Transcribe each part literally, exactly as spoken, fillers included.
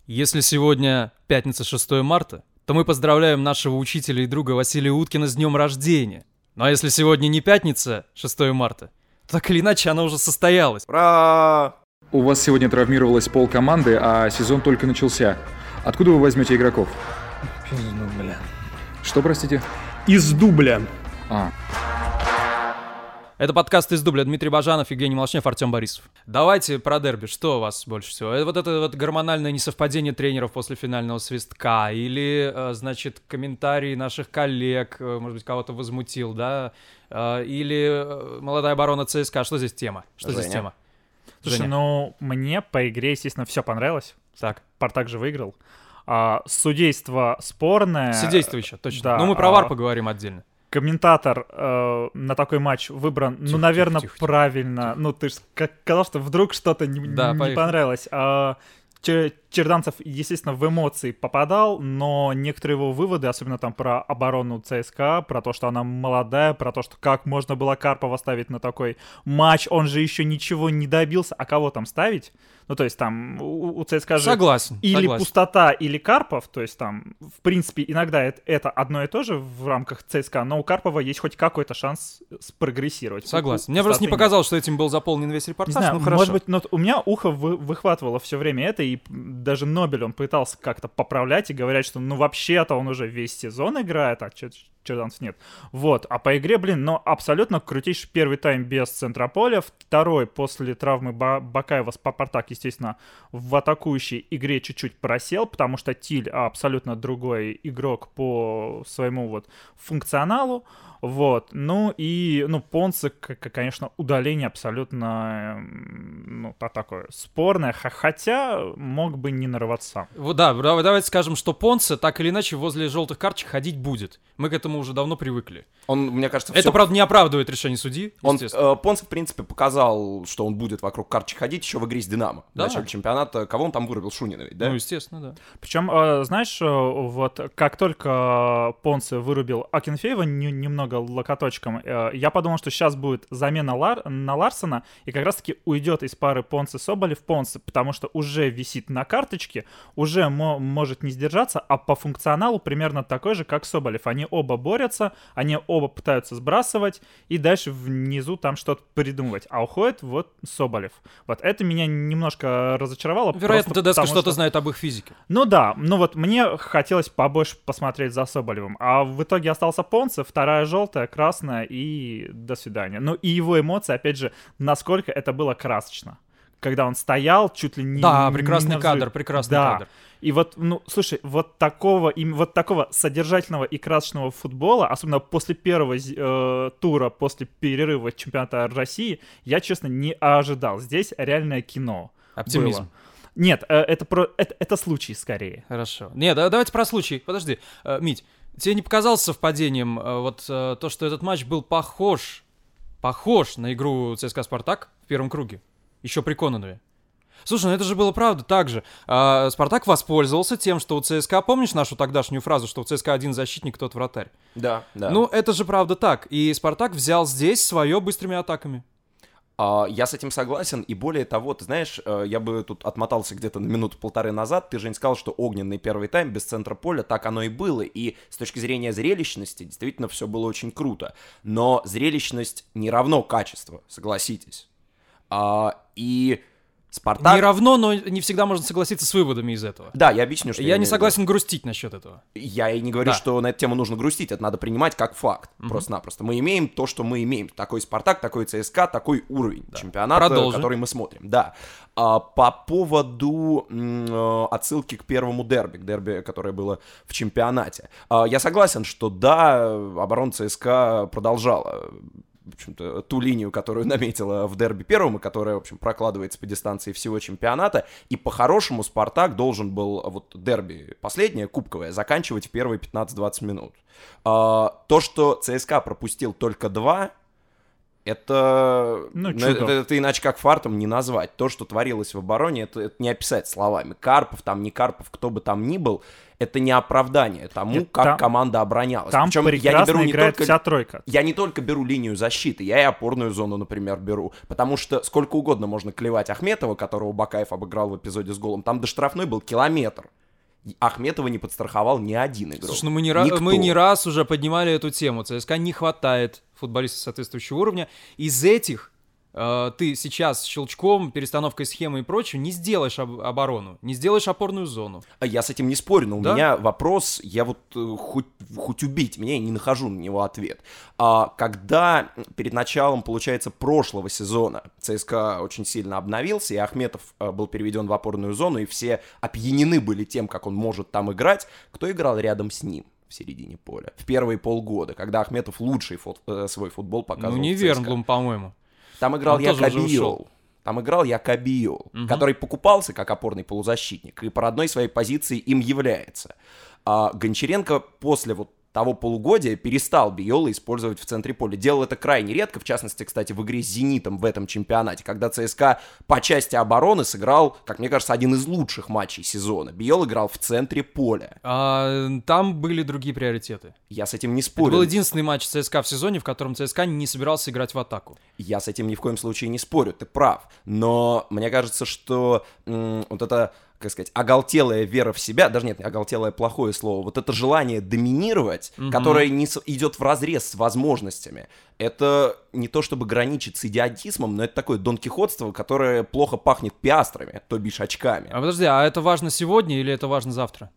Если сегодня пятница шестое марта, то мы поздравляем нашего учителя и друга Василия Уткина с днем рождения. Ну а если сегодня не пятница шестое марта, то так или иначе она уже состоялась. Ура! У вас сегодня травмировалась полкоманды, а сезон только начался. Откуда вы возьмете игроков? Из дубля. Что, простите? Из дубля. А. Это подкаст «Из дубля». Дмитрий Бажанов, Евгений Молчнев, Артем Борисов. Давайте про дерби. Что у вас больше всего? Это вот это вот гормональное несовпадение тренеров после финального свистка? Или, значит, комментарии наших коллег, может быть, кого-то возмутил, да? Или молодая оборона ЦСКА? Что здесь тема? Что Женя. здесь тема? Слушай, Женя. ну, мне по игре, естественно, все понравилось. Так. Спартак же выиграл. А, судейство спорное. Судейство еще, точно. Да, Ну, мы про ВАР а... поговорим отдельно. Комментатор э, на такой матч выбран, Тихо, ну, наверное, тихо, тихо, правильно. тихо. Ну, ты же сказал, что вдруг что-то не, Да, не поехали. понравилось. А, Чер- Черданцев, естественно, в эмоции попадал, но некоторые его выводы, особенно там про оборону ЦСКА, про то, что она молодая, про то, что как можно было Карпова ставить на такой матч, он же еще ничего не добился, а кого там ставить? Ну, то есть там у, у ЦСКА же Согласен, или согласен. пустота, или Карпов, то есть там, в принципе, иногда это, это одно и то же в рамках ЦСКА, но у Карпова есть хоть какой-то шанс спрогрессировать. Согласен. У- Мне просто не пустоты нет. показалось, что этим был заполнен весь репортаж. Не знаю, Ну, хорошо. может быть, но у меня ухо вы- выхватывало все время это, и даже Нобель он пытался как-то поправлять и говорять, что ну вообще-то он уже весь сезон играет, а Чер- Черданцев нет. Вот, а по игре, блин, ну абсолютно крутейший первый тайм без центра поля, второй после травмы Ба- Бакаева Спартак, естественно, в атакующей игре чуть-чуть просел, потому что Тиль абсолютно другой игрок по своему вот функционалу. Вот, ну и, ну, Понце, к- к- конечно, удаление абсолютно, эм, ну, та- такое спорное, х- хотя мог бы не нарываться сам. Вот, да, давай- давайте скажем, что Понце так или иначе возле желтых карточек ходить будет. Мы к этому уже давно привыкли. Он, мне кажется, Это, всё- правда, не оправдывает решение судьи, Он, естественно. э, Понце, в принципе, показал, что он будет вокруг карточек ходить еще в игре с Динамо. В Да. начале чемпионата. Кого он там вырубил? Шунина ведь, да? Ну, естественно, да. Причем, э, знаешь, э, вот как только Понце вырубил Акинфеева не- немного локоточком, э, я подумал, что сейчас будет замена Лар- на Ларсена, и как раз-таки уйдет из пары Понце-Соболев Понце, потому что уже висит на карточке, уже мо- может не сдержаться, а по функционалу примерно такой же, как Соболев. Они оба борются, они оба пытаются сбрасывать, и дальше внизу там что-то придумывать. А уходит вот Соболев. Вот это меня немножко разочаровало. Вероятно, просто Тедеско потому что-то что- знает об их физике. Ну да, ну вот мне хотелось побольше посмотреть за Соболевым, а в итоге остался Понце, вторая желтая, красная и до свидания. Ну и его эмоции, опять же, насколько это было красочно. Когда он стоял, чуть ли не... Да, не прекрасный на взрыв. кадр, прекрасный Да. кадр. И вот, ну, слушай, вот такого, им, вот такого содержательного и красочного футбола, особенно после первого э, тура, после перерыва чемпионата России, я, честно, не ожидал. Здесь реальное кино. Оптимизм. было. Нет, э, это, про, это, это случай скорее. Хорошо. Не, да, давайте про случай. Подожди, Э, Мить, тебе не показалось совпадением э, вот э, то, что этот матч был похож, похож на игру ЦСКА «Спартак» в первом круге, еще при Кононове? Слушай, ну это же было правда так же. А, «Спартак» воспользовался тем, что у ЦСКА, помнишь нашу тогдашнюю фразу, что у ЦСКА один защитник, тот вратарь? Да, да. Ну, это же правда так. И «Спартак» взял здесь свое быстрыми атаками. А, я с этим согласен, и более того, ты знаешь, э, я бы тут отмотался где-то на минуту-полторы назад, ты же не сказал, что огненный первый тайм без центра поля, так оно и было, и с точки зрения зрелищности действительно все было очень круто, но зрелищность не равно качество, согласитесь. А, и Спартак... Не равно, но не всегда можно согласиться с выводами из этого. Да, я объясню, что Я имею не в виду. согласен грустить насчет этого. Я и не говорю, Да. что на эту тему нужно грустить, это надо принимать как факт, просто-напросто. Мы имеем то, что мы имеем. Такой Спартак, такой ЦСКА, такой уровень чемпионата, Продолжи. который мы смотрим. Да. А, по поводу м, э, отсылки к первому дерби, к дерби, которое было в чемпионате. А, я согласен, что да, оборона ЦСКА продолжала в общем-то, ту линию, которую наметила в дерби первом, и которая, в общем, прокладывается по дистанции всего чемпионата. И по-хорошему Спартак должен был вот дерби последнее, кубковое, заканчивать в первые пятнадцать-двадцать минут. А, то, что ЦСКА пропустил только два, Это, ну, это, это, это иначе как фартом не назвать. То, что творилось в обороне, это, это не описать словами. Карпов, там не Карпов, кто бы там ни был, это не оправдание тому, Нет, как там, команда оборонялась. Там Причем прекрасно я не беру не играет только, вся тройка. Я не только беру линию защиты, я и опорную зону, например, беру. Потому что сколько угодно можно клевать Ахметова, которого Бакаев обыграл в эпизоде с голом. Там до штрафной был километр. Ахметова не подстраховал ни один игрок. Слушай, ну мы не, ra- мы не раз уже поднимали эту тему. ЦСКА не хватает футболистов соответствующего уровня. Из этих э, ты сейчас щелчком, перестановкой схемы и прочее не сделаешь об- оборону, не сделаешь опорную зону. Я с этим не спорю, но у да? меня вопрос, я вот э, хоть, хоть убить меня, я не нахожу на него ответ. А, когда перед началом, получается, прошлого сезона ЦСКА очень сильно обновился, и Ахметов э, был переведен в опорную зону, и все опьянены были тем, как он может там играть, кто играл рядом с ним в середине поля? В первые полгода, когда Ахметов лучший фут, э, свой футбол показывал. Ну не в ЦСКА. Вернблум, по-моему. Там играл Он тоже уже Якобиол. ушел. Там играл Якобиол, Мгм. который покупался как опорный полузащитник и по родной своей позиции им является. А Гончаренко после вот того полугодия перестал Биола использовать в центре поля. Делал это крайне редко, в частности, кстати, в игре с «Зенитом» в этом чемпионате, когда ЦСКА по части обороны сыграл, как мне кажется, один из лучших матчей сезона. Биол играл в центре поля. А, там были другие приоритеты. Я с этим не Это спорю. был единственный матч ЦСКА в сезоне, в котором ЦСКА не собирался играть в атаку. Я с этим ни в коем случае не спорю, ты прав. Но мне кажется, что м, вот это, как сказать, оголтелая вера в себя, даже нет, оголтелое плохое слово, вот это желание доминировать, Мгм. которое не с- идет вразрез с возможностями, это не то чтобы граничит с идиотизмом, но это такое донкихотство, которое плохо пахнет пиастрами, то бишь очками. А подожди, а это важно сегодня или это важно завтра?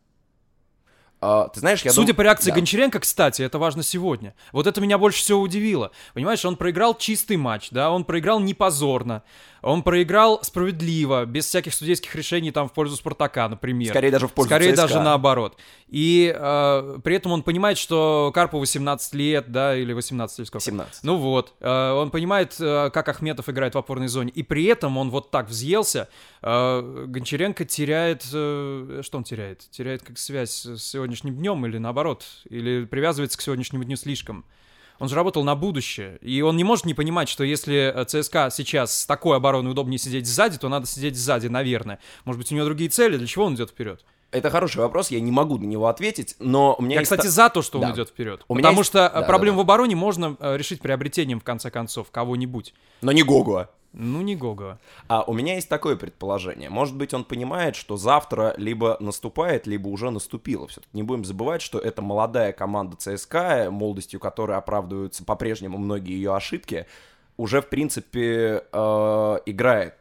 А, ты знаешь, я Судя дум- по реакции да. Гончаренко, кстати, это важно сегодня. Вот это меня больше всего удивило. Понимаешь, он проиграл чистый матч, да, он проиграл не позорно, он проиграл справедливо, без всяких судейских решений там в пользу Спартака, например. Скорее даже в пользу Скорее ЦСКА. даже наоборот. И э, при этом он понимает, что Карпу восемнадцать лет, да, или восемнадцать, или сколько? семнадцать. Ну вот, э, он понимает, э, как Ахметов играет в опорной зоне, и при этом он вот так взъелся. Э, Гончаренко теряет... э, что он теряет? Теряет как связь с сегодняшним днем или наоборот? Или привязывается к сегодняшнему дню слишком? Он же работал на будущее, и он не может не понимать, что если э, ЦСКА сейчас с такой обороной удобнее сидеть сзади, то надо сидеть сзади, наверное. Может быть, у него другие цели, для чего он идет вперед? Это хороший вопрос, я не могу на него ответить, но у меня Я, есть кстати, та- за то, что он Да. идет вперед. У меня Потому есть- что э, Да, да, проблему да. в обороне можно э, решить приобретением, в конце концов, кого-нибудь. Но не Гогуа. Ну, не Гогова. А у меня есть такое предположение. Может быть, он понимает, что завтра либо наступает, либо уже наступило. Все-таки не будем забывать, что это молодая команда ЦСКА, молодостью которой оправдываются по-прежнему многие ее ошибки, уже, в принципе, э, играет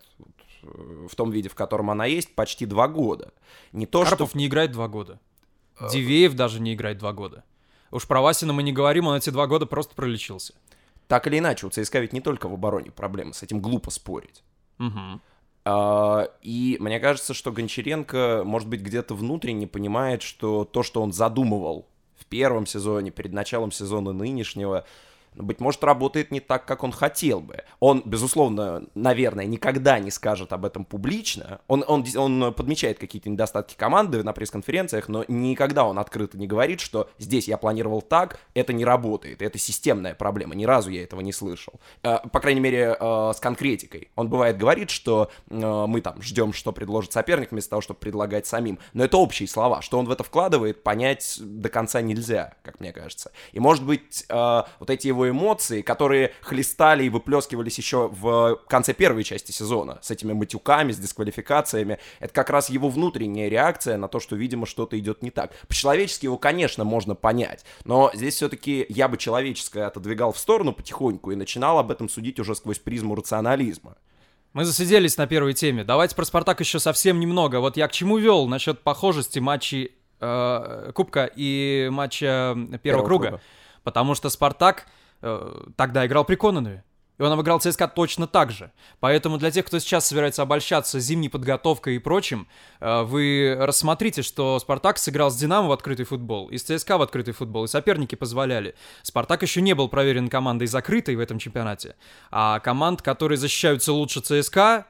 в том виде, в котором она есть, почти два года. Не то, Карпов что... не играет два года. Дивеев даже не играет два года. Уж про Васина мы не говорим, он эти два года просто пролечился. Так или иначе, у ЦСКА ведь не только в обороне проблемы, с этим глупо спорить. Угу. А, И мне кажется, что Гончаренко, может быть, где-то внутренне понимает, что то, что он задумывал в первом сезоне, перед началом сезона нынешнего, быть может, работает не так, как он хотел бы. Он, безусловно, наверное, никогда не скажет об этом публично. Он, он, он подмечает какие-то недостатки команды на пресс-конференциях, но никогда он открыто не говорит, что здесь я планировал так, это не работает, это системная проблема. Ни разу я этого не слышал. Э, По крайней мере, э, с конкретикой. Он бывает говорит, что э, мы там ждем, что предложит соперник, вместо того, чтобы предлагать самим. Но это общие слова. Что он в это вкладывает, понять до конца нельзя, как мне кажется. И, может быть, э, вот эти его эмоции, которые хлестали и выплескивались еще в конце первой части сезона, с этими матюками, с дисквалификациями, это как раз его внутренняя реакция на то, что, видимо, что-то идет не так. По-человечески его, конечно, можно понять, но здесь все-таки я бы человеческое отодвигал в сторону потихоньку и начинал об этом судить уже сквозь призму рационализма. Мы засиделись на первой теме. Давайте про «Спартак» еще совсем немного. Вот я к чему вел насчет похожести матчей э, Кубка и матча первого, Первого круга. круга. Потому что «Спартак» э, тогда играл при Кононове. И он обыграл ЦСКА точно так же. Поэтому для тех, кто сейчас собирается обольщаться зимней подготовкой и прочим, э, вы рассмотрите, что «Спартак» сыграл с «Динамо» в открытый футбол, и с ЦСКА в открытый футбол, и соперники позволяли. «Спартак» еще не был проверен командой закрытой в этом чемпионате, а команд, которые защищаются лучше ЦСКА,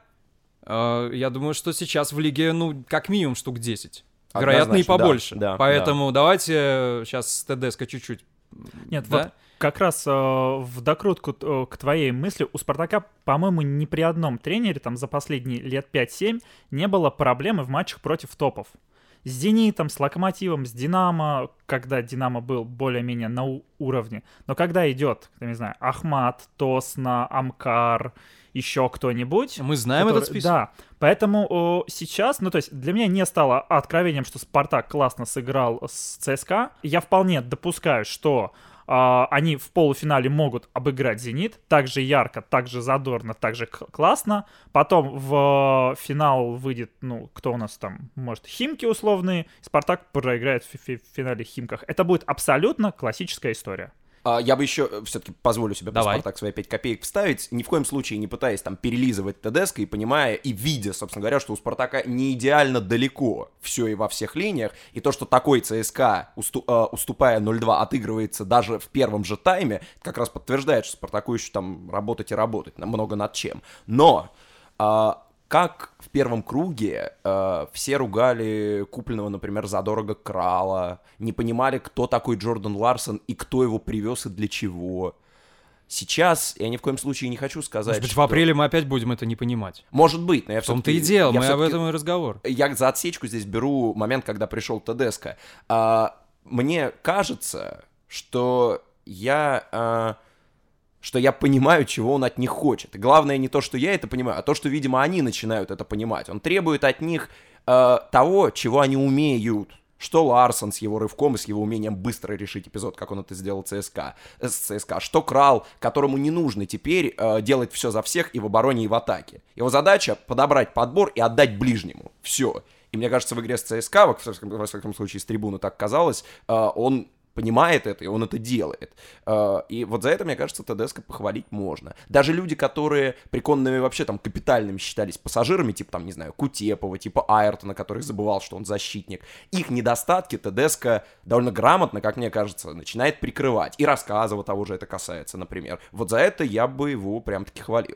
э, я думаю, что сейчас в лиге, ну, как минимум штук десять. Вероятно, и Однозначно, да, побольше. да, Поэтому давайте сейчас с ТДСК чуть-чуть Нет, да? вот как раз э, в докрутку э, к твоей мысли, у «Спартака», по-моему, ни при одном тренере там за последние лет пять-семь не было проблемы в матчах против топов. С «Зенитом», с «Локомотивом», с «Динамо», когда «Динамо» был более-менее на у- уровне. Но когда идет, я не знаю, Ахмат, Тосна, Амкар, еще кто-нибудь... Мы знаем который- этот список. Да, поэтому о, сейчас, ну то есть для меня не стало откровением, что «Спартак» классно сыграл с ЦСКА. Я вполне допускаю, что а, они в полуфинале могут обыграть «Зенит» так же ярко, так же задорно, так же к- классно. Потом в финал выйдет, ну, кто у нас там, может, «Химки» условные. «Спартак» проиграет в фи- в финале «Химках». Это будет абсолютно классическая история. А, Я бы еще все-таки позволю себе про Давай. «Спартак» свои пять копеек вставить, ни в коем случае не пытаясь там перелизывать ТДСК и понимая и видя, собственно говоря, что у «Спартака» не идеально далеко все и во всех линиях, и то, что такой ЦСКА, усту- э, уступая ноль-два, отыгрывается даже в первом же тайме, как раз подтверждает, что «Спартаку» еще там работать и работать, много над чем. Но... а, как в первом круге э, все ругали купленного, например, задорого Крала, не понимали, кто такой Джордан Ларсон и кто его привез и для чего. Сейчас я ни в коем случае не хочу сказать, Может быть, что... в апреле мы опять будем это не понимать. Может быть, но я В том-то все-таки... и дело, я мы об всё-таки- этом и разговор. Я за отсечку здесь беру момент, когда пришел ТДСК. А, мне кажется, что я... а, что я понимаю, чего он от них хочет. И главное не то, что я это понимаю, а то, что, видимо, они начинают это понимать. Он требует от них э, того, чего они умеют. Что Ларсон с его рывком и с его умением быстро решить эпизод, как он это сделал ЦСКА, э, с ЦСКА. Что Крал, которому не нужно теперь э, делать все за всех и в обороне, и в атаке. Его задача — подобрать подбор и отдать ближнему. Все. И мне кажется, в игре с ЦСКА, во всяком, во всяком случае, с трибуны так казалось, э, он... понимает это, и он это делает. И вот за это, мне кажется, ТДСК похвалить можно. Даже люди, которые приконными вообще там капитальными считались пассажирами, типа там, не знаю, Кутепова, типа Айртона, который забывал, что он защитник, их недостатки ТДСК довольно грамотно, как мне кажется, начинает прикрывать. И Рассказова того же это касается, например. Вот за это я бы его прям-таки хвалил.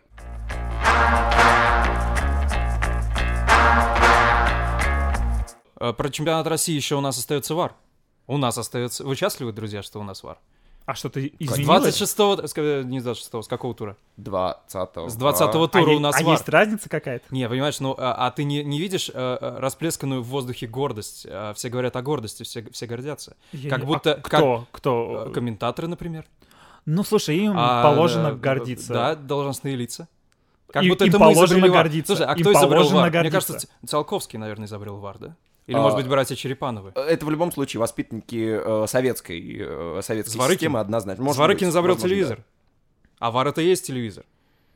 Про чемпионат России еще у нас остается ВАР. У нас остается... Вы счастливы, друзья, что у нас ВАР? А что, ты изменилось? двадцать шестого... Не двадцать шестого, с какого тура? двадцатого. С двадцатого А, тура е- у нас а ВАР. есть разница какая-то? Не, понимаешь, ну, а, а ты не, не видишь а, расплесканную в воздухе гордость? А, все говорят о гордости, все, все гордятся. Я Как не- будто... а кто? кто? Как, э, комментаторы, например. Ну, слушай, им А, положено э, гордиться. Да, должностные лица. Как Им- будто им это мы положено изобрели ВАР. гордиться. Слушай, а Им кто изобрел положено ВАР? Мне гордиться. кажется, Циолковский, наверное, изобрел ВАР, да? Или, А, может быть, братья Черепановы. Это в любом случае воспитанники э, советской, э, советской Зворыкин. системы однозначно. Может Зворыкин быть, изобрел возможно, телевизор. да. А ВАР — это и есть телевизор.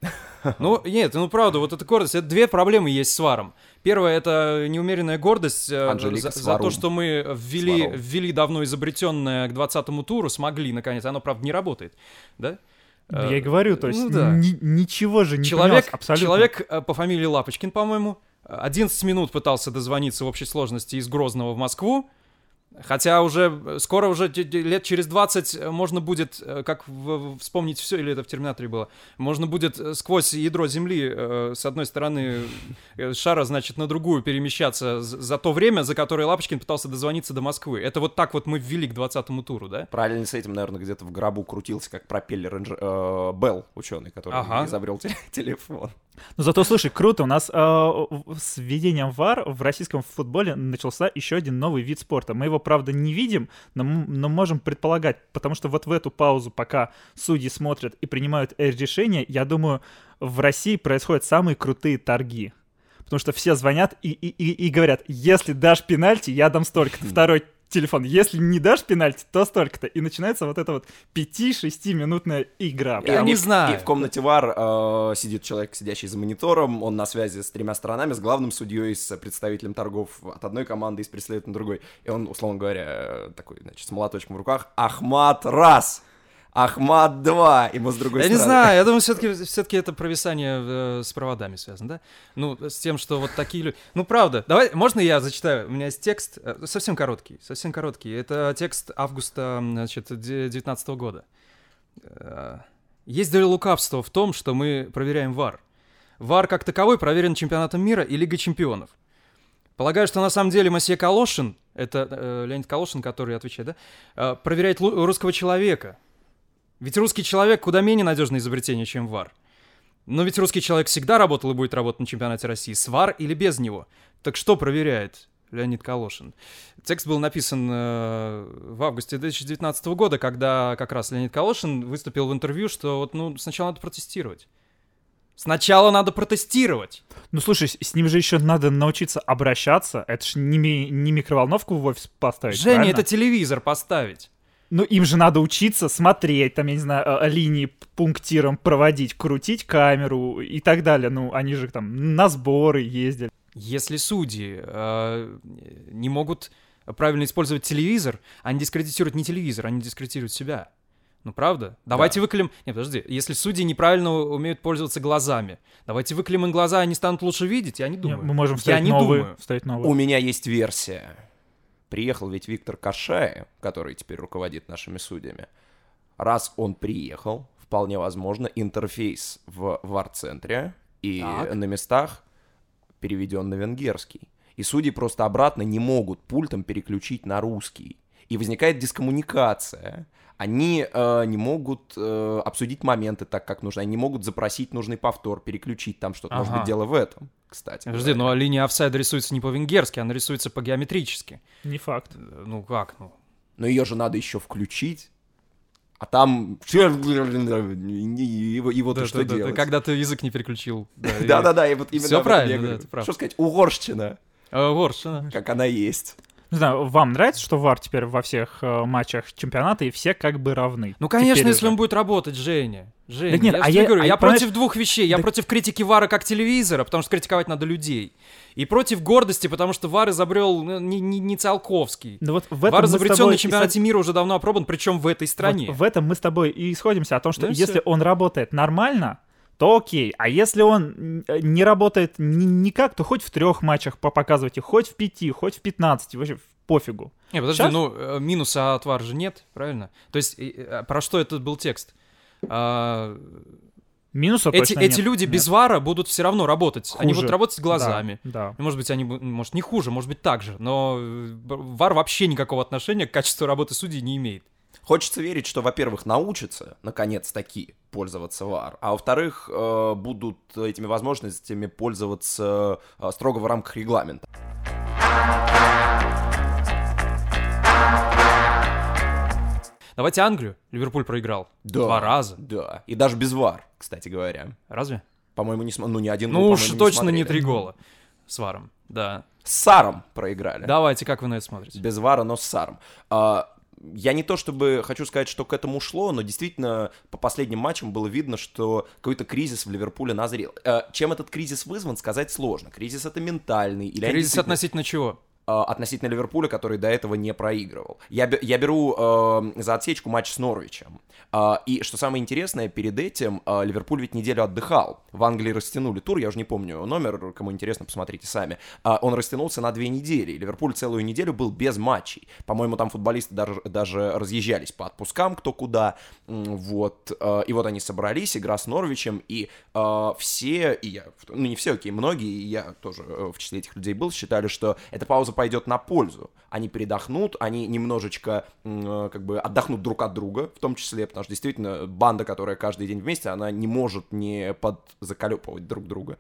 Ну, нет, ну правда, вот эта гордость, это две проблемы есть с ВАРом. Первое — это неумеренная гордость э, Анжелика за, за Сварум. то, что мы ввели, Сварум. ввели давно изобретенное к двадцатому туру, смогли, наконец. Оно, правда, не работает, да? Да Э, я и говорю, то есть ну да. ни- ничего же не Человек, принес абсолютно. человек э, по фамилии Лапочкин, по-моему, одиннадцать минут пытался дозвониться в общей сложности из Грозного в Москву. Хотя уже скоро, уже т- т- лет через двадцать можно будет, э, как в- в- вспомнить все, или это в «Терминаторе» было, можно будет э, сквозь ядро Земли э, с одной стороны э, шара, значит, на другую перемещаться з- за то время, за которое Лапочкин пытался дозвониться до Москвы. Это вот так вот мы ввели к двадцатому туру, да? Параллельно с этим, наверное, где-то в гробу крутился, как пропеллер инж... э, Белл, ученый, который Ага. изобрел те- телефон. Но зато, слушай, круто, у нас э, в- с введением ВАР в российском футболе начался еще один новый вид спорта. Мы его, правда, не видим, но, м- но можем предполагать, потому что вот в эту паузу, пока судьи смотрят и принимают э, решения, я думаю, в России происходят самые крутые торги. Потому что все звонят и, и, и, и говорят, если дашь пенальти, я дам столько-то. Второй телефон, если не дашь пенальти, то столько-то. И начинается вот эта вот пяти-шестиминутная игра. Я И- не и- знаю. И в комнате ВАР э, сидит человек, сидящий за монитором, он на связи с тремя сторонами, с главным судьей, с представителем торгов от одной команды и с представителем другой. И он, условно говоря, э, такой, значит, с молоточком в руках: Ахмат раз! Ахмат два! Ему с другой Я не стороны. знаю, я думаю, все-таки все-таки это провисание э, с проводами связано, да? Ну, с тем, что вот такие люди... Ну, правда, давай, можно я зачитаю? У меня есть текст, э, совсем короткий, совсем короткий. Это текст августа, значит, девятнадцатого года. Э, Есть доля лукавства в том, что мы проверяем ВАР. ВАР как таковой проверен чемпионатом мира и Лигой чемпионов. Полагаю, что на самом деле месье Калошин это э, Леонид Калошин, который отвечает, да, э, проверяет лу- русского человека. Ведь русский человек куда менее надежное изобретение, чем ВАР. Но ведь русский человек всегда работал и будет работать на чемпионате России с ВАР или без него. Так что проверяет Леонид Калошин? Текст был написан э, в августе две тысячи девятнадцатого года, когда как раз Леонид Калошин выступил в интервью, что вот, ну, сначала надо протестировать. Сначала надо протестировать. Ну, слушай, с ним же еще надо научиться обращаться. Это ж не, ми- не микроволновку в офис поставить, Женя, правильно? это телевизор поставить. Ну, им же надо учиться смотреть, там, я не знаю, э, линии пунктиром проводить, крутить камеру и так далее. Ну, они же там на сборы ездили. Если судьи э, не могут правильно использовать телевизор, они дискредитируют не телевизор, они дискредитируют себя. Ну, правда? Давайте Да. выклеим... Нет, подожди. Если судьи неправильно умеют пользоваться глазами, давайте выклеим им глаза, они станут лучше видеть? Я не думаю. Мы можем Я вставить не новые. думаю. Вставить новые. У меня есть версия. Приехал ведь Виктор Кашаев, который теперь руководит нашими судьями. Раз он приехал, вполне возможно, интерфейс в ВАР-центре и Так. на местах переведен на венгерский. И судьи просто обратно не могут пультом переключить на русский. И возникает дискоммуникация. Они э, не могут э, обсудить моменты так, как нужно. Они не могут запросить нужный повтор, переключить там что-то. Может Ага. быть, дело в этом, кстати. Подожди, говоря. ну а линия офсайда рисуется не по-венгерски, она рисуется по-геометрически. Не факт. Э, Ну как, ну? Но ее же надо еще включить. А там... И вот Да, и что да, да, делать? да, когда ты язык не переключил. Да, и- Да-да-да, и вот именно Всё об этом правильно, я да, говорю. ты прав. Что сказать, угорщина, Э, Воршина. как она есть. Не знаю, вам нравится, что ВАР теперь во всех э, матчах чемпионата и все как бы равны? Ну, конечно, Теперь если уже. он будет работать, Женя. Женя, Так нет, я а же тебе я- говорю, а я я, понимаешь- против двух вещей. Я Так- против критики ВАРа как телевизора, потому что критиковать надо людей. И против гордости, потому что ВАР изобрел ну, не, не, не Циолковский. Ну вот в этом ВАР мы с изобретен тобой на и чемпионате мира уже давно опробован, причем в этой стране. Вот в этом мы с тобой и сходимся о том, что Ну и если всё. он работает нормально, то окей. А если он н- не работает ни- никак, то хоть в трех матчах по- показывайте, хоть в пяти, хоть в пятнадцати, вообще пофигу. Не, подожди, Щас- ну э, минуса от ВАР же нет, правильно? То есть э, э, про что этот был текст? А, Минуса эти точно эти нет. люди Нет. без ВАРа будут все равно работать. Они Хуже. будут работать глазами. Да, да. Ну, Может быть, они, бу- может, не хуже, может быть, так же, но э, б- ВАР вообще никакого отношения к качеству работы судей не имеет. Хочется верить, что, во-первых, научатся, наконец-таки, пользоваться ВАР, а во-вторых, э, будут этими возможностями пользоваться э, строго в рамках регламента. Давайте Англию. Ливерпуль проиграл. Да. Два раза. Да, и даже без ВАР, кстати говоря. Разве? По-моему, не см... ну, ни один гол, Ну уж по-моему, точно не смотрели. три гола с ВАРом. Да. С САРом проиграли. Давайте, как вы на это смотрите? Без ВАРа, но с САРом. А, я не то чтобы хочу сказать, что к этому шло, но действительно по последним матчам было видно, что какой-то кризис в Ливерпуле назрел. А, чем этот кризис вызван, сказать сложно. Кризис это ментальный. Или они Кризис действительно- относительно чего? а, относительно Ливерпуля, который до этого не проигрывал. Я, бе- я беру э, за отсечку матч с Норвичем. А, и что самое интересное, перед этим а, Ливерпуль ведь неделю отдыхал. В Англии растянули тур, я уже не помню номер, кому интересно, посмотрите сами. А, он растянулся на две недели. И Ливерпуль целую неделю был без матчей. По-моему, там футболисты даже, даже разъезжались по отпускам, кто куда. М, Вот. А, и вот они собрались, игра с Норвичем, и а, все, и я, ну не все, окей, многие, и я тоже э, в числе этих людей был, считали, что эта пауза пойдет на пользу. Они передохнут, они немножечко м, э, как бы отдохнут друг от друга, в том числе, потому что действительно банда, которая каждый день вместе, она не может не подзаколепывать друг друга.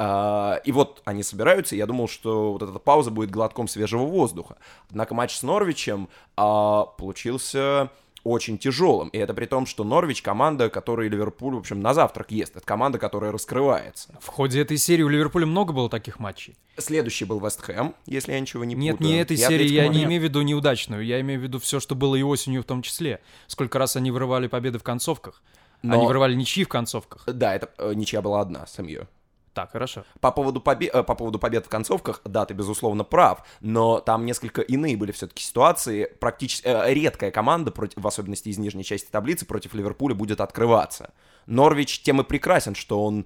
А, и вот они собираются, и я думал, что вот эта пауза будет глотком свежего воздуха. Однако матч с Норвичем а, получился очень тяжелым. И это при том, что Норвич — команда, которой Ливерпуль, в общем, на завтрак ест. Это команда, которая раскрывается. В ходе этой серии у Ливерпуля много было таких матчей. Следующий был Вест Хэм, если я ничего не Нет, путаю. не этой И серии, Атлетико я не Мадрид. имею в виду неудачную, я имею в виду все, что было и осенью в том числе. Сколько раз они вырывали победы в концовках. Но- Они вырывали ничьи в концовках. Да, это э, ничья была одна с МЮ. Так, хорошо. По поводу, побе- э, по поводу побед в концовках, да, ты, безусловно, прав, но там несколько иные были все-таки ситуации. Практически э, редкая команда, против, в особенности из нижней части таблицы, против Ливерпуля будет открываться. Норвич тем и прекрасен, что он,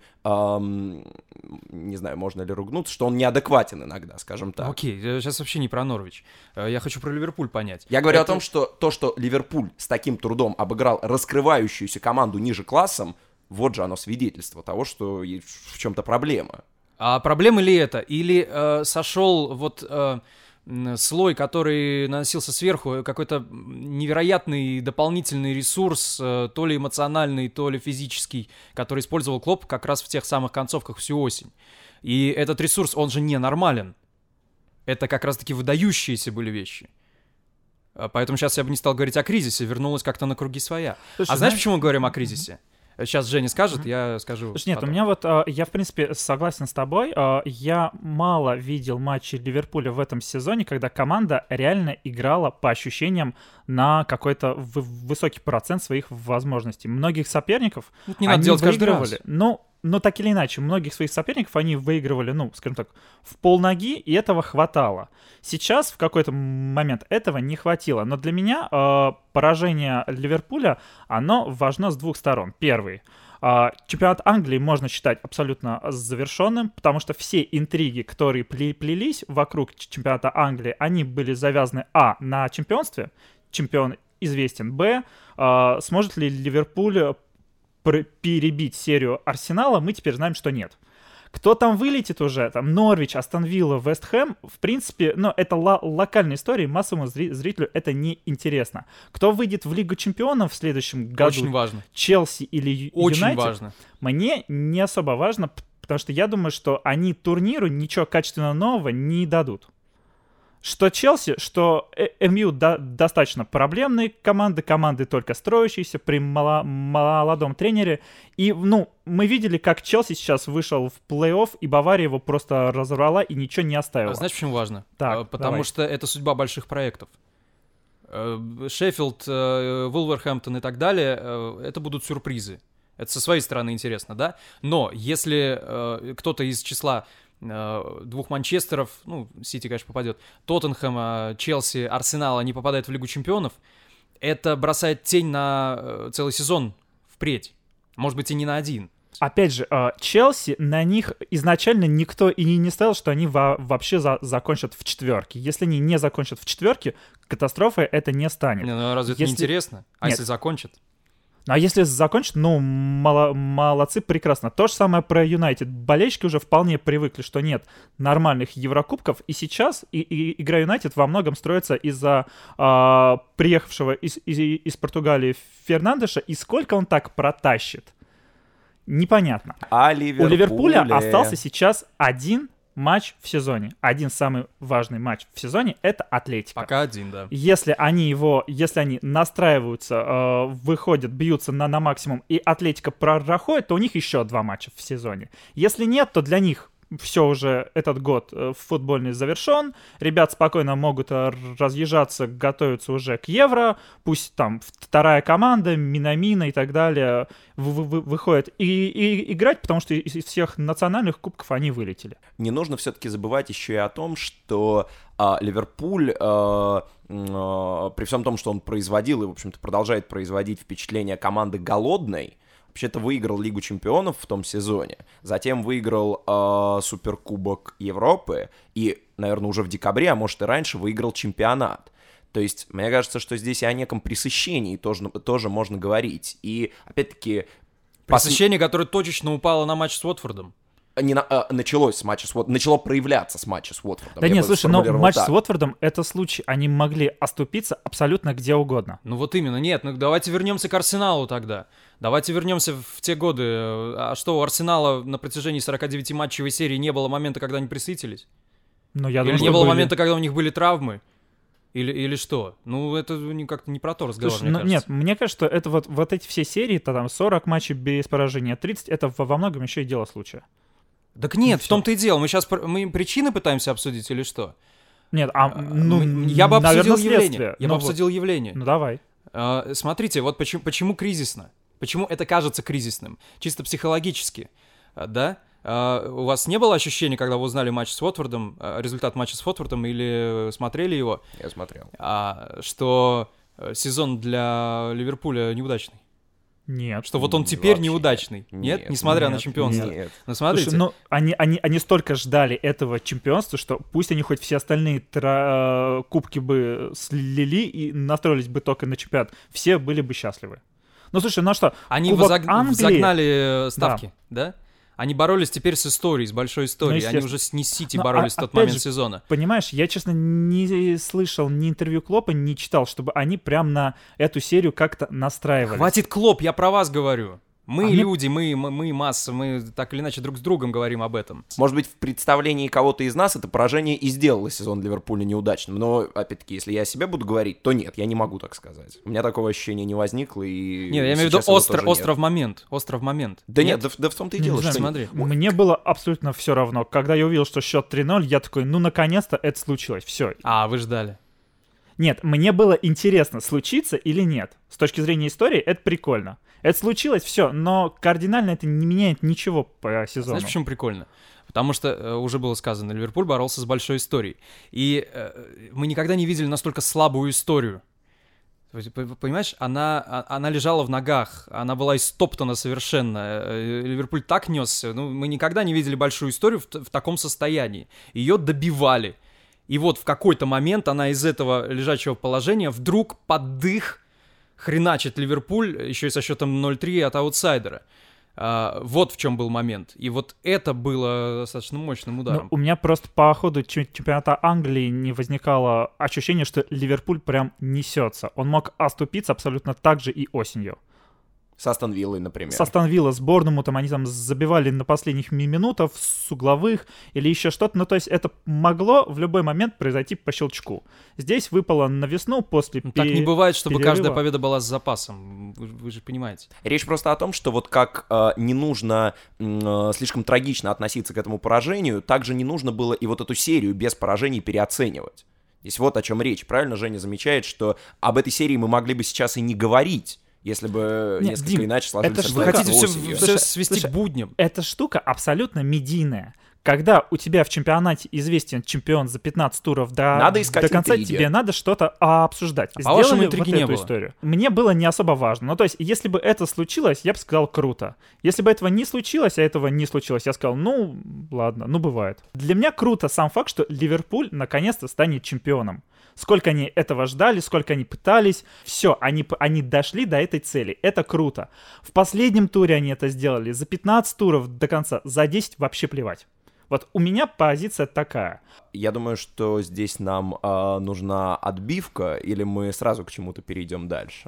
эм, не знаю, можно ли ругнуться, что он неадекватен иногда, скажем так. Окей, я сейчас вообще не про Норвич. Э, Я хочу про Ливерпуль понять. Я говорю Это- о том, что то, что Ливерпуль с таким трудом обыграл раскрывающуюся команду ниже классом, вот же оно свидетельство того, что есть в чем-то проблема. А проблема ли это? Или э, сошел вот э, слой, который наносился сверху, какой-то невероятный дополнительный ресурс, то ли эмоциональный, то ли физический, который использовал Клоп как раз в тех самых концовках всю осень. И этот ресурс, он же ненормален. Это как раз-таки выдающиеся были вещи. Поэтому сейчас я бы не стал говорить о кризисе, вернулась как-то на круги своя. Слушай, а знаешь, знаешь, почему мы говорим о кризисе? Сейчас Женя скажет, mm-hmm. я скажу. Слушай, нет, потом. у меня вот, э, я в принципе согласен с тобой, э, я мало видел матчей Ливерпуля в этом сезоне, когда команда реально играла по ощущениям на какой-то в- высокий процент своих возможностей. Многих соперников Это не надо они делать каждый выигрывали, раз. ну, но так или иначе, многих своих соперников они выигрывали, ну, скажем так, в полноги, и этого хватало. Сейчас в какой-то момент этого не хватило, но для меня э, поражение Ливерпуля, оно важно с двух сторон. Первый. Э, чемпионат Англии можно считать абсолютно завершенным, потому что все интриги, которые плелись вокруг чемпионата Англии, они были завязаны, а, на чемпионстве, чемпион известен, б, э, сможет ли Ливерпуль перебить серию Арсенала, мы теперь знаем, что нет. Кто там вылетит уже, там Норвич, Астон Вилла, Вест Хэм, в принципе, ну, это л- локальная история, массовому зри- зрителю это не интересно. Кто выйдет в Лигу Чемпионов в следующем году? Очень важно. Челси или Ю- Очень Юнайтед? важно. Мне не особо важно, потому что я думаю, что они турниру ничего качественно нового не дадут. Что Челси, что МЮ до, достаточно проблемные команды, команды только строящиеся при мало, молодом тренере. И, ну, мы видели, как Челси сейчас вышел в плей-офф, и Бавария его просто разорвала и ничего не оставила. А знаешь, почему важно? Так, а, Потому давай. что это судьба больших проектов. Шеффилд, Вулверхэмптон и так далее, это будут сюрпризы. Это со своей стороны интересно, да? Но если кто-то из числа двух Манчестеров, ну, Сити, конечно, попадет, Тоттенхэма, Челси, Арсенала не попадает в Лигу Чемпионов, это бросает тень на целый сезон впредь. Может быть, и не на один. Опять же, Челси, на них изначально никто и не ставил, что они во- вообще за- закончат в четверке. Если они не закончат в четверке, катастрофой это не станет. Не, ну разве это Если- не интересно? А Нет. если закончат? А если закончат, ну, мало- молодцы, прекрасно. То же самое про Юнайтед. Болельщики уже вполне привыкли, что нет нормальных Еврокубков. И сейчас и, и, игра Юнайтед во многом строится из-за а, приехавшего из, из, из Португалии Фернандеша. И сколько он так протащит? Непонятно. А У Ливерпуле... Ливерпуля остался сейчас один матч в сезоне. Один самый важный матч в сезоне — это Атлетико. Пока один, да. Если они его, если они настраиваются, э, выходят, бьются на, на максимум, и Атлетико проходит, то у них еще два матча в сезоне. Если нет, то для них все уже этот год э, футбольный завершен. Ребят спокойно могут э, разъезжаться, готовиться уже к Евро. Пусть там вторая команда, Минамина и так далее вы, вы, выходит и, и играть, потому что из всех национальных кубков они вылетели. Не нужно все-таки забывать еще и о том, что а, Ливерпуль, а, а, при всем том, что он производил и, в общем-то, продолжает производить впечатление команды голодной, вообще-то выиграл Лигу Чемпионов в том сезоне, затем выиграл э, Суперкубок Европы и, наверное, уже в декабре, а может и раньше, выиграл чемпионат. То есть, мне кажется, что здесь и о неком пресыщении тоже, тоже можно говорить. И, опять-таки... Пресыщение, пос... которое точечно упало на матч с Уотфордом. Не на, а, началось с матча с Уотфордом, начало проявляться с матча с Уотфордом. Да Я нет, бы слушай, но матч так. с Уотфордом — это случай. Они могли оступиться абсолютно где угодно. Ну вот именно, нет, ну давайте вернемся к Арсеналу тогда. Давайте вернемся в те годы. А что, у Арсенала на протяжении сорок девять матчевой серии не было момента, когда они присытились? Ну, я Или думаю, не что было были. момента, когда у них были травмы? Или, или что? Ну, это как-то не про то разговор, Слушай, мне ну, кажется. нет, мне кажется, что это вот, вот эти все серии, то там сорок матчей без поражения, тридцать, это во, во многом еще и дело случая. Так нет, Ну, в том-то и дело. Мы сейчас пр- мы причины пытаемся обсудить или что? Нет, а, ну, Мы- я бы обсудил наверное, явление. следствие. Я Ну бы вот. обсудил явление. Ну, давай. А, смотрите, вот почему, почему кризисно? Почему это кажется кризисным? Чисто психологически, а, да? А, у вас не было ощущения, когда вы узнали матч с Уотфордом, а, результат матча с Уотфордом или смотрели его, Я смотрел. а, что э, сезон для Ливерпуля неудачный? Нет. Что вот он теперь Вообще неудачный? Нет? нет, Несмотря на нет, чемпионство? Нет. Ну, смотрите. Слушай, ну, они, они, они столько ждали этого чемпионства, что пусть они хоть все остальные тра- э, кубки бы слили и настроились бы только на чемпионат, все были бы счастливы. Ну, слушай, ну а что, Они Кубок возог- Англии- загнали ставки, да? Они боролись теперь с историей, с большой историей. Ну, Они уже с не Сити Но, боролись а, в тот опять момент же, сезона. Понимаешь, я, честно, не слышал ни интервью Клопа, не читал, чтобы они прям на эту серию как-то настраивались. Хватит Клоп, я про вас говорю. Мы А люди, мне... мы, мы, мы масса, мы так или иначе друг с другом говорим об этом. Может быть, в представлении кого-то из нас это поражение и сделало сезон Ливерпуля неудачным. Но, опять-таки, если я о себе буду говорить, то нет, я не могу так сказать. У меня такого ощущения не возникло, и Нет, я имею в виду сейчас его остро, тоже нет. остров момент. Остров момент. Да нет, да, в- да в том-то и Не дело, знаю, что... смотри. Мне было абсолютно все равно. Когда я увидел, что счет три ноль, я такой, ну, наконец-то это случилось, все. А, вы ждали. Нет, мне было интересно, случится или нет. С точки зрения истории, это прикольно. Это случилось, все, но кардинально это не меняет ничего по сезону. Знаешь, почему прикольно? Потому что, э, уже было сказано, Ливерпуль боролся с большой историей. И э, мы никогда не видели настолько слабую историю. То есть, п- Понимаешь, она, а- она лежала в ногах, она была истоптана совершенно. Э, Ливерпуль так несся. Ну, мы никогда не видели большую историю в, т- в таком состоянии. Ее добивали. И вот в какой-то момент она из этого лежачего положения вдруг под дых хреначит Ливерпуль, еще и со счетом ноль три от аутсайдера. А, вот в чем был момент. И вот это было достаточно мощным Ну, ударом. у меня просто по ходу чем- чемпионата Англии не возникало ощущения, что Ливерпуль прям несется. Он мог оступиться абсолютно так же и осенью. С Астон Виллой, например. С Астон Вилла, с Борнмутом они там забивали на последних ми- минутах с угловых или еще что-то. Ну, то есть это могло в любой момент произойти по щелчку. Здесь выпало на весну после Ну, так пере- не бывает, чтобы перерыва. каждая победа была с запасом. Вы, вы же понимаете. Речь просто о том, что вот как э, не нужно м, э, слишком трагично относиться к этому поражению, также не нужно было и вот эту серию без поражений переоценивать. Здесь вот о чем речь. Правильно Женя замечает, что об этой серии мы могли бы сейчас и не говорить, если бы Нет, несколько Дим, иначе сложились это ж Вы Штука. хотите все, обстоятельства Слушай, свести слушай, к будням. Эта штука абсолютно медийная. Когда у тебя в чемпионате известен чемпион за пятнадцать туров до, Надо искать до конца, интриги. тебе надо что-то а, обсуждать. А по-вашему, Сделали интриги вот не эту было? историю. Мне было не особо важно. Ну, то есть, если бы это случилось, я бы сказал, круто. Если бы этого не случилось, а этого не случилось, я сказал, ну, ладно, ну, бывает. Для меня круто сам факт, что Ливерпуль наконец-то станет чемпионом. Сколько они этого ждали, сколько они пытались. Все, они, п- они дошли до этой цели. Это круто. В последнем туре они это сделали. За пятнадцать туров до конца. За десять вообще плевать. Вот у меня позиция такая. Я думаю, что здесь нам э, нужна отбивка, или мы сразу к чему-то перейдем дальше.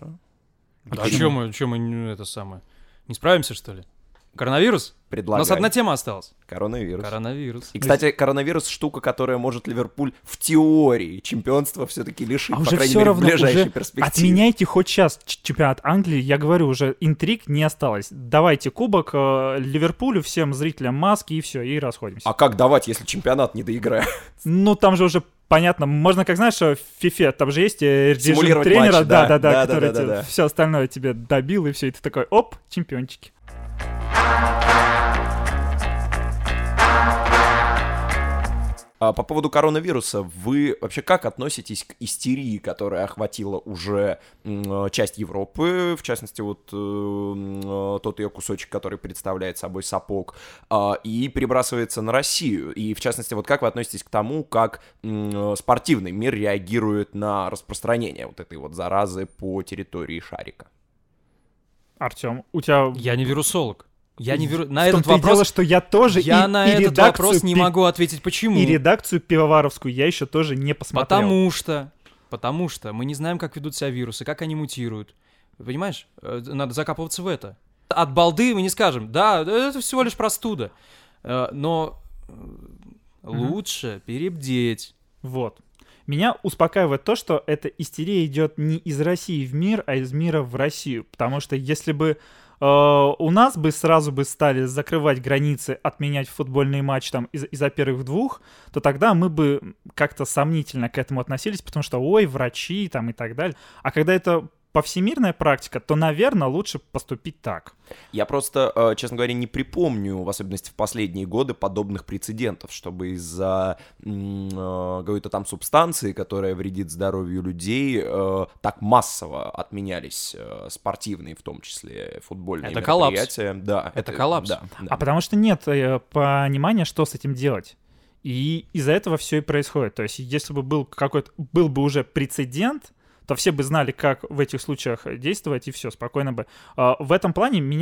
А что мы, чё мы не- это самое? Не справимся, что ли? Коронавирус? У Предлагаю. нас одна тема осталась. Коронавирус. Коронавирус. И, кстати, коронавирус — штука, которая может Ливерпуль в теории чемпионства все-таки лишить, А по уже крайней все мере, равно, в ближайшей уже перспективе. отменяйте хоть сейчас ч- чемпионат Англии. Я говорю, уже интриг не осталось. Давайте кубок э, Ливерпулю, всем зрителям маски и все, и расходимся. А как давать, если чемпионат не доиграет? Ну, там же уже понятно. Можно, как знаешь, в FIFA, там же есть э, режим Симулировать тренера, матчи, да. да-да-да, Да, который да, да, да. все остальное тебе добил, и все, и ты такой, оп, чемпиончики. А по поводу коронавируса, вы вообще как относитесь к истерии, которая охватила уже м, часть Европы, в частности, вот э, м, тот ее кусочек, который представляет собой сапог, а, и перебрасывается на Россию? И, в частности, вот как вы относитесь к тому, как м, спортивный мир реагирует на распространение вот этой вот заразы по территории шарика? Артем, у тебя... Я не вирусолог. Я не виру... На В этот том-то и дело, вопрос... что я тоже Я и, на и этот редакцию вопрос не пи- могу ответить, почему. И редакцию пивоваровскую я еще тоже не посмотрел. Потому что... Потому что мы не знаем, как ведут себя вирусы, как они мутируют. Понимаешь? Э, Надо закапываться в это. От балды мы не скажем, да, это всего лишь простуда. Э, Но э, лучше перебдеть. Вот. Меня успокаивает то, что эта истерия идет не из России в мир, а из мира в Россию. Потому что если бы э, у нас бы сразу бы стали закрывать границы, отменять футбольные матчи там из- из-за первых двух, то тогда мы бы как-то сомнительно к этому относились, потому что, ой, врачи там и так далее. А когда это повсемирная практика, то, наверное, лучше поступить так. Я просто, э, честно говоря, не припомню, в особенности в последние годы, подобных прецедентов, чтобы из-за м, э, какой-то там субстанции, которая вредит здоровью людей, э, так массово отменялись э, спортивные, в том числе футбольные Это коллапс. мероприятия. Да, Это коллапс. Да, да. А потому что нет э, понимания, что с этим делать. И из-за этого все и происходит. То есть, если бы был какой-то, был бы уже прецедент, то все бы знали, как в этих случаях действовать, и все, спокойно бы. А, в этом плане меня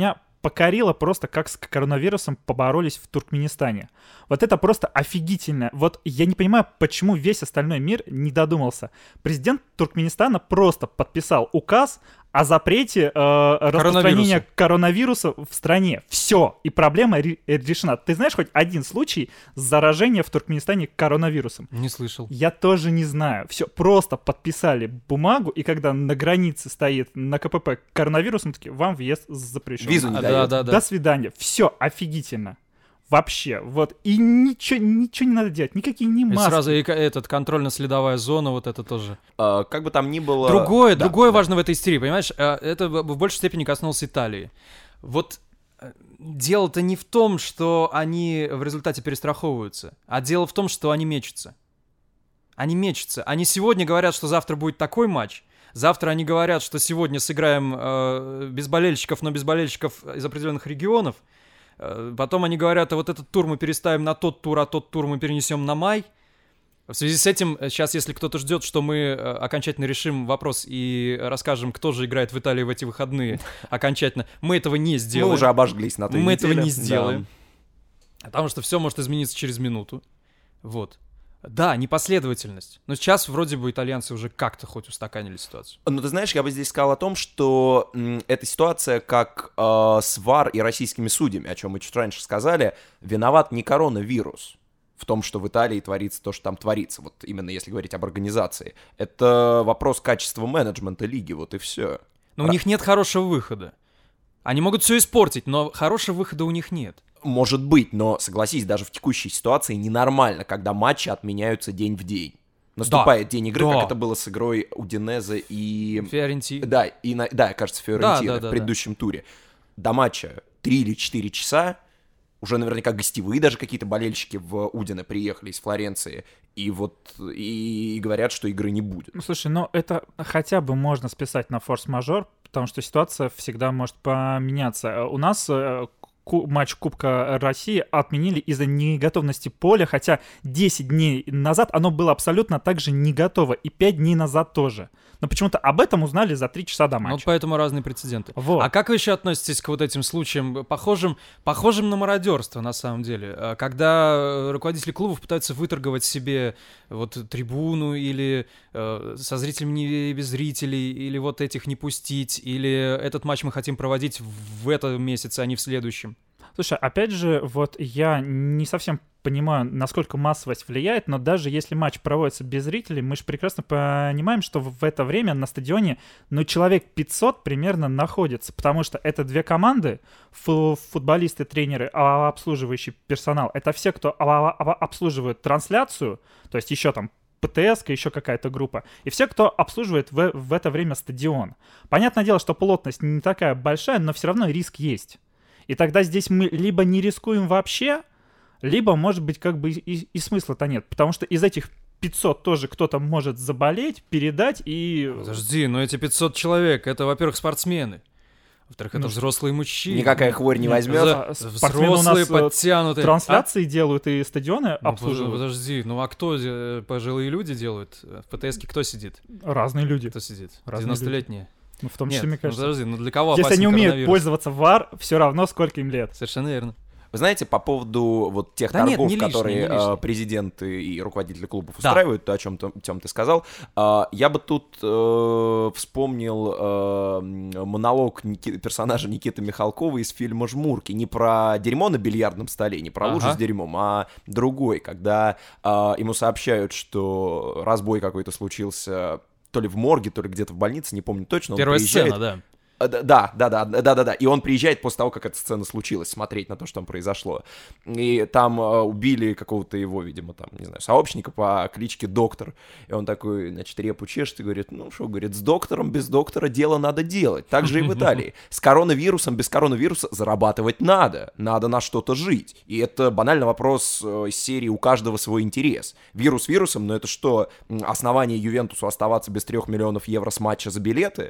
покорило просто, как с коронавирусом поборолись в Туркменистане. Вот это просто офигительно. Вот я не понимаю, почему весь остальной мир не додумался. Президент Туркменистана просто подписал указ о запрете э, распространения коронавируса в стране. Все. И проблема ре- решена. Ты знаешь хоть один случай заражения в Туркменистане коронавирусом? Не слышал. Я тоже не знаю. Все, просто подписали бумагу, и когда на границе стоит на КПП коронавирус, мы такие, вам въезд запрещен. Визу не А, дают. да, да, да. До свидания. Все, офигительно. Вообще, вот. И ничего, ничего не надо делать, никакие не И маски. сразу и, ка- этот, контрольно-следовая зона, вот это тоже. А, как бы там ни было... Другое, Да, другое да. важно в этой истории, понимаешь? А, Это в в большей степени коснулось Италии. Вот э, дело-то не в том, что они в результате перестраховываются, а дело в том, что они мечутся. Они мечутся. Они сегодня говорят, что завтра будет такой матч. Завтра они говорят, что сегодня сыграем э, без болельщиков, но без болельщиков из определенных регионов. Э, потом они говорят, а вот этот тур мы переставим на тот тур, а тот тур мы перенесем на май. В связи с этим, сейчас, если кто-то ждет, что мы э, окончательно решим вопрос и расскажем, кто же играет в Италии в эти выходные окончательно, мы этого не сделаем. Мы уже обожглись на той Мы неделе. этого не Да. сделаем. Потому что все может измениться через минуту. Вот. Да, непоследовательность. Но сейчас вроде бы итальянцы уже как-то хоть устаканили ситуацию. Ну, ты знаешь, я бы здесь сказал о том, что м, эта ситуация, как э, с ВАР и российскими судьями, о чем мы чуть раньше сказали, виноват не коронавирус в том, что в Италии творится то, что там творится, вот именно если говорить об организации. Это вопрос качества менеджмента лиги, вот и все. Но у них нет хорошего выхода. Они могут все испортить, но хорошего выхода у них нет. Может быть, но, согласись, даже в текущей ситуации ненормально, когда матчи отменяются день в день. Наступает день игры, да. как это было с игрой Удинезе и... Фиоренти. Да, и на... да, кажется, Фиорентина Да, да, да, в предыдущем туре. До матча три или четыре часа, уже наверняка гостевые даже какие-то болельщики в Удине приехали из Флоренции, и вот и говорят, что игры не будет. Ну, слушай, ну это хотя бы можно списать на форс-мажор, потому что ситуация всегда может поменяться. У нас э, ку- матч Кубка России отменили из-за неготовности поля, хотя десять дней назад оно было абсолютно так же не готово, и пять дней назад тоже. Но почему-то об этом узнали за три часа до Ну, матча. вот поэтому разные прецеденты. Вот. А как вы еще относитесь к вот этим случаям, похожим, похожим на мародерство, на самом деле? А Когда руководители клубов пытаются выторговать себе вот трибуну или э, со зрителями не без зрителей, или вот этих не пустить, или этот матч мы хотим проводить в этом месяце, а не в следующем. Слушай, опять же, вот я не совсем понимаю, насколько массовость влияет, но даже если матч проводится без зрителей, мы же прекрасно понимаем, что в это время на стадионе, ну, человек пятьсот примерно находится, потому что это две команды, фу- футболисты, тренеры, а обслуживающий персонал, это все, кто а- а- обслуживает трансляцию, то есть еще там ПТС, еще какая-то группа, и все, кто обслуживает в, в это время стадион. Понятное дело, что плотность не такая большая, но все равно риск есть. И тогда здесь мы либо не рискуем вообще, либо, может быть, как бы и, и смысла-то нет. Потому что из этих пятисот тоже кто-то может заболеть, передать и... Подожди, но эти пятьсот человек, это, во-первых, спортсмены. Во-вторых, это Ну, взрослые мужчины. Никакая хворь не Нет, возьмет. за- спортсмены у нас, Взрослые, э, подтянутые. Трансляции делают и стадионы Ну, обслуживают. Подожди, ну а кто э, пожилые люди делают? В ПТСке кто сидит? Разные люди. Кто сидит? Разные девяностолетние. Ну, в том Нет, числе, мне ну кажется. подожди, ну для кого Если опасен они умеют коронавирус? пользоваться ВАР, все равно сколько им лет. Совершенно верно. Вы знаете, по поводу вот тех Да нет, торгов, не лишнее, которые не лишнее. э, президенты и руководители клубов Да. устраивают, то, о чем, Тём, ты сказал, э, я бы тут э, вспомнил э, монолог Ники- персонажа Никиты Михалкова из фильма «Жмурки». Не про дерьмо на бильярдном столе, не про лужу Ага. с дерьмом, а другой, когда э, ему сообщают, что разбой какой-то случился то ли в морге, то ли где-то в больнице, не помню точно. Он Первая приезжает. сцена, да. А, Да, да, да, да, да, да, да. И он приезжает после того, как эта сцена случилась, смотреть на то, что там произошло. И там э, убили какого-то его, видимо, там, не знаю, сообщника по кличке Доктор. И он такой, значит, репу чешет и говорит, ну что, говорит, с доктором, без доктора дело надо делать. Так же и в Италии. С коронавирусом, без коронавируса зарабатывать надо. Надо на что-то жить. И это банальный вопрос э, из серии «У каждого свой интерес». Вирус вирусом, но это что, м, основание Ювентусу оставаться без трех миллионов евро с матча за билеты?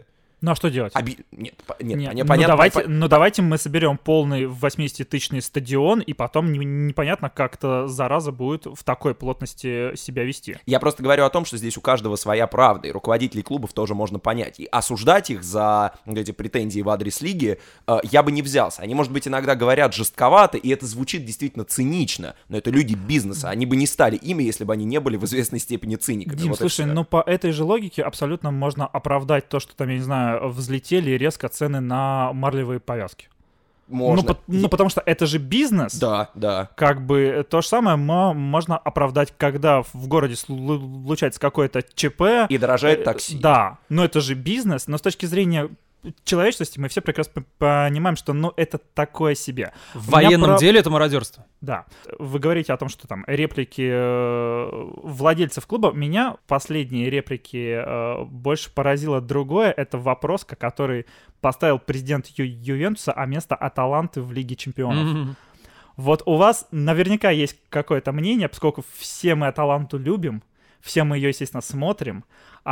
Ну а что делать? Оби... Нет, по... нет, Нет, поня- ну, понятно. давайте, по... ну давайте мы соберем полный восьмидесятитысячный стадион, и потом не- непонятно, как-то зараза будет в такой плотности себя вести. Я просто говорю о том, что здесь у каждого своя правда, и руководителей клубов тоже можно понять. И осуждать их за вот эти претензии в адрес лиги э, я бы не взялся. Они, может быть, иногда говорят жестковато, и это звучит действительно цинично, но это люди бизнеса. Они бы не стали ими, если бы они не были в известной степени циниками. Дим, вот слушай, ну по этой же логике абсолютно можно оправдать то, что там, я не знаю, взлетели резко цены на марлевые повязки. Можно. Ну, по- ну, потому что это же бизнес. Да, да. Как бы то же самое мо- можно оправдать, когда в городе слу- случается какое-то ЧП. И дорожает Э, такси. Да, но это же бизнес, но с точки зрения человечности мы все прекрасно понимаем, что ну это такое себе. В У меня военном про- деле это мародерство. Да. Вы говорите о том, что там реплики э, владельцев клуба. Меня последние реплики э, больше поразило другое. Это вопрос, который поставил президент Ю- Ювентуса о место Аталанты в Лиге Чемпионов. Мгм. Вот у вас наверняка есть какое-то мнение, поскольку все мы Аталанту любим, все мы ее, естественно, смотрим.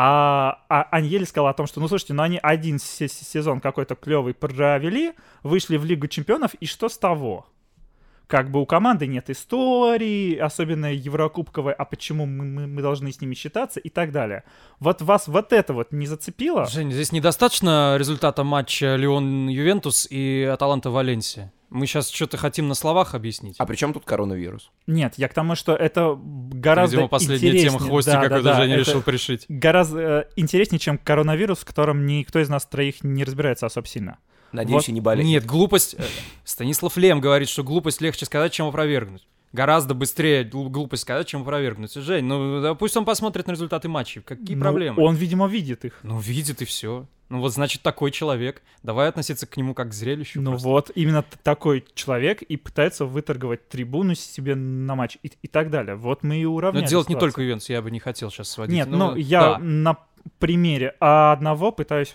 А, а Аньель сказал о том, что, ну, слушайте, ну они один се- сезон какой-то клевый провели, вышли в Лигу Чемпионов, и что с того? Как бы у команды нет истории, особенно еврокубковой, а почему мы, мы, мы должны с ними считаться и так далее. Вот вас вот это вот не зацепило? Жень, здесь недостаточно результата матча Лион-Ювентус и Аталанта-Валенсия. Мы сейчас что-то хотим на словах объяснить. А при чем тут коронавирус? Нет, я к тому, что это гораздо Видимо, последняя интереснее. тема хвостик Да, да, какой-то да, Женя это решил пришить. гораздо э, интереснее, чем коронавирус, в котором никто из нас троих не разбирается особо сильно. Надеюсь, Вот. и не болеет. Нет, глупость... э, Станислав Лем говорит, что глупость легче сказать, чем опровергнуть. Гораздо быстрее гл- глупость сказать, чем опровергнуть. Жень, ну да, пусть он посмотрит на результаты матчей. Какие Ну, проблемы? Он, видимо, видит их. Ну, видит и все. Ну вот, значит, такой человек. Давай относиться к нему как к зрелищу. Ну просто. вот, именно т- такой человек и пытается выторговать трибуну себе на матч и, и так далее. Вот мы и Но уравняли это делать не ситуацию. только Ювентус, я бы не хотел сейчас сводить. Нет, ну, я да. на примере одного пытаюсь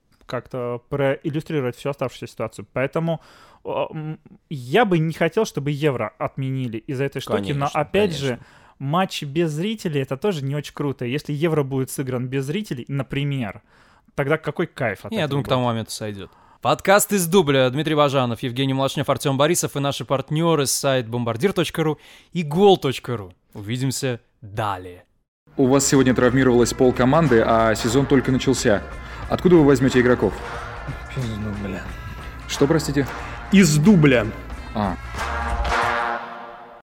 как-то проиллюстрировать всю оставшуюся ситуацию. Поэтому э, м, я бы не хотел, чтобы Евро отменили из-за этой штуки, но Конечно, опять конечно. же, матч без зрителей — это тоже не очень круто. Если Евро будет сыгран без зрителей, например, тогда какой кайф от Не, я этого думаю, к будет? тому моменту сойдет. Подкаст из дубля. Дмитрий Бажанов, Евгений Малашнев, Артем Борисов и наши партнеры с сайт бомбардир точка ру и гол точка ру. Увидимся далее. У вас сегодня травмировалась полкоманды, а сезон только начался. Откуда вы возьмете игроков? Из дубля. Что, простите? Из дубля. А,